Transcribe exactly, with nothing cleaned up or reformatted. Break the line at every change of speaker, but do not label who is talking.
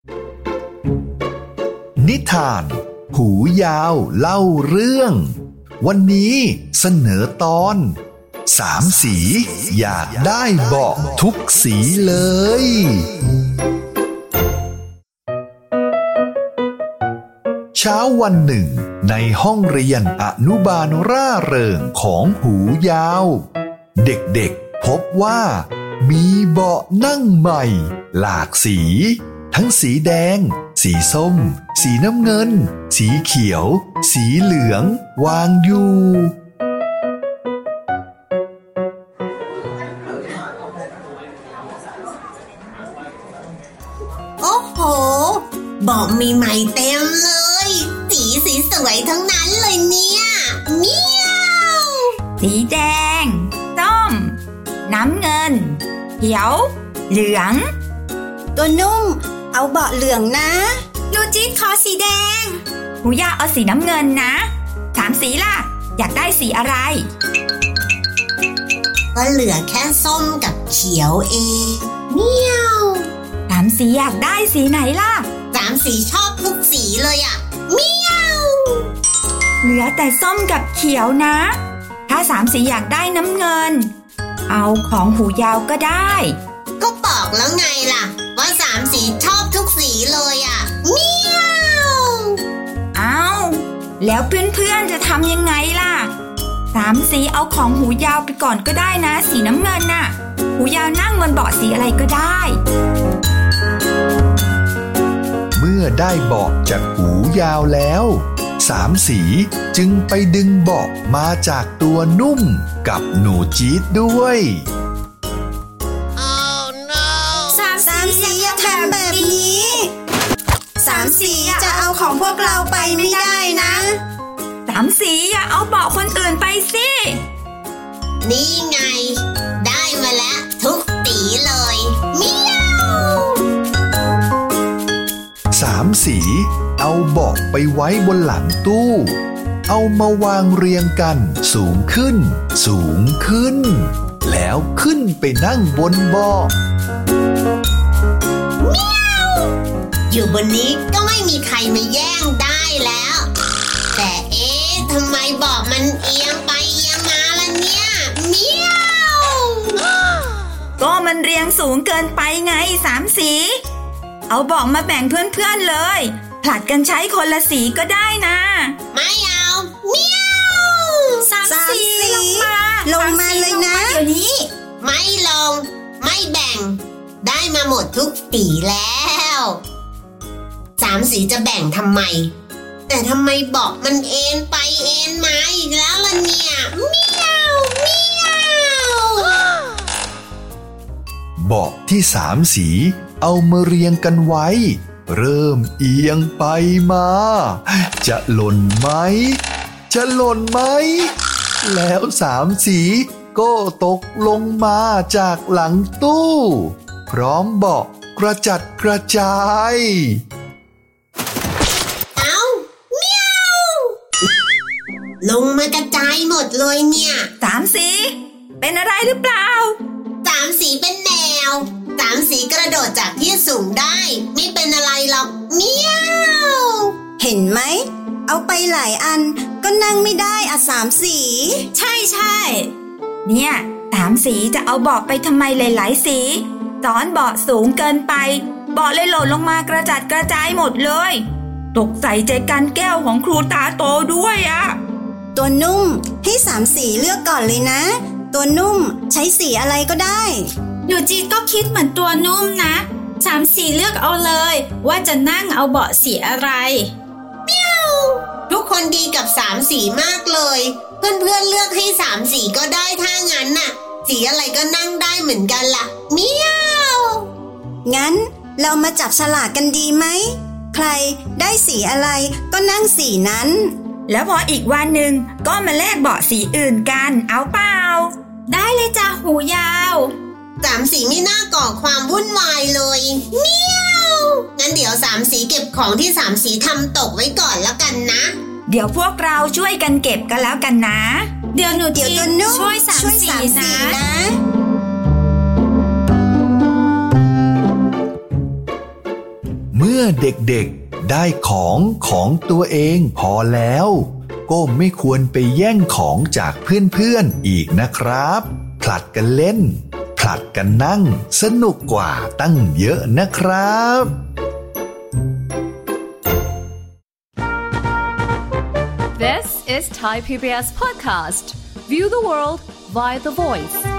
นิทานหูยาวเล่าเรื่องวันนี้เสนอตอนสามสีอยากได้เบาะทุกสีเลยเช้าวันหนึ่งในห้องเรียนอนุบาลร่าเริงของหูยาวเด็กๆพบว่ามีเบาะนั่งใหม่หลากสีทั้งสีแดงสีส้มสีน้ำเงินสีเขียวสีเหลืองวางอยู่
โอ้โหเบาะมีใหม่เต็มเลยสีสีสวยทั้งนั้นเลยเนี่ยเมียว
สีแดงส้มน้ำเงินเขียวเหลือง
ตัวนุ่มเอาเบาะเหลืองนะ
ยูจิขอสีแดงหูยาวเอาสีน้ำเงินนะสามสีล่ะอยากได้สีอะไร
ก็เหลือแค่ส้มกับเขียวเองเมียว
สามสีอยากได้สีไหนล่ะ
สามสีชอบทุกสีเลยอ่ะเมียว
เหลือแต่ส้มกับเขียวนะถ้าสามสีอยากได้น้ำเงินเอาของหูยาวก็ได้
ก็บอกแล้วไงล่ะว่าสามสีชอบทุกสีเลยอ่ะเมียว
เอาแล้วเพื่อนๆจะทำยังไงล่ะสามสีเอาของหูยาวไปก่อนก็ได้นะสีน้ำเงินน่ะหูยาวนั่งบนเบาะสีอะไรก็ได้
เมื่อได้เบาะจากหูยาวแล้วสามสีจึงไปดึงเบาะมาจากตัวนุ่มกับหนูจี๊ดด้วย
สามสีอย่าทำแบบนี้สามสีจะเอาของพวกเราไปไม่ได้นะ
สามสีอย่าเอาเบาะคนอื่นไปสิ
นี่ไงได้มาแล้วทุกสีเลยเมียว
สามสีเอาเบาะไปไว้บนหลังตู้เอามาวางเรียงกันสูงขึ้นสูงขึ้นแล้วขึ้นไปนั่งบนเบาะ
อยู่บนนี้ก็ไม่มีใครมาแย่งได้แล้วแต่เอ๊ะทำไมเบาะมันเอียงไปเอียงมาล่ะเนี่ยเมียว
ก็มันเรียงสูงเกินไปไงสามสีเอาเบาะมาแบ่งเพื่อนๆเลยผลัดกันใช้คนละสีก็ได้นะ
ไม่เอาเมียว
สามสีลงมา
ลงมาเลยนะ
เดี๋ยวนี้
ไม่ลงไม่แบ่งได้มาหมดทุกสีแล้วสามสีจะแบ่งทำไมแต่ทำไมเบาะมันเอ็นไปเอ็นมาอีกแล้วล่ะเนี่ยเมียวเมียว
เบาะที่สามสีเอามาเรียงกันไว้เริ่มเอียงไปมาจะหล่นไหมจะหล่นไหมแล้วสามสีก็ตกลงมาจากหลังตู้พร้อมเบาะกระจัดกระจาย
เอาเมียวลงมากระจายหมดเลยเนี่ย
สามสีเป็นอะไรหรือเปล่า
สามสีเป็นแนวสามสีกระโดดจากที่สูงได้ไม่เป็นอะไรหรอกเมียว
เห็นไหมเอาไปหลายอันก็นั่งไม่ได้อะสามสี
ใช่ใช่เนี่ยสามสีจะเอาเบาะไปทำไมหลายๆสีซ้อนเบาะสูงเกินไปเบาะเลยหล่นลงมากระจัดกระจายหมดเลยตกใส่ใจกันแก้วของครูตาโตด้วยอะ
ตัวนุ่มให้สามสีเลือกก่อนเลยนะตัวนุ่มใช้สีอะไรก็ได้
หนูจีก็คิดเหมือนตัวนุ่มนะสามสีเลือกเอาเลยว่าจะนั่งเอาเบาะสีอะไร
เมียวทุกคนดีกับสามสีมากเลยเพื่อนๆเลือกให้สามสีก็ได้ถ้างั้นน่ะสีอะไรก็นั่งได้เหมือนกันล่ะเมียว
งั้นเรามาจับฉลากกันดีไหมใครได้สีอะไรก็นั่งสีนั้น
แล้วพออีกวันหนึ่งก็มาแลกเบาะสีอื่นกันเอาเปล่า
ได้เลยจ้ะหูยาว
สามสีไม่น่าก่อความวุ่นวายเลยเมียวงั้นเดี๋ยวสามสีเก็บของที่สามสีทำตกไว้ก่อนแล้วกันนะ
เดี๋ยวพวกเราช่วยกันเก็บกันแล้วกันนะ
เดี๋ยวหนูจีช่วยสามสีนะ
เมื่อมื่อเด็กๆได้ของของตัวเองพอแล้วก็ไม่ควรไปแย่งของจากเพื่อนๆอีกนะครับผลัดกันเล่นผลัดกันนั่งสนุกกว่าตั้งเยอะนะครับ
This is Thai พี บี เอส podcast. View the world via the voice.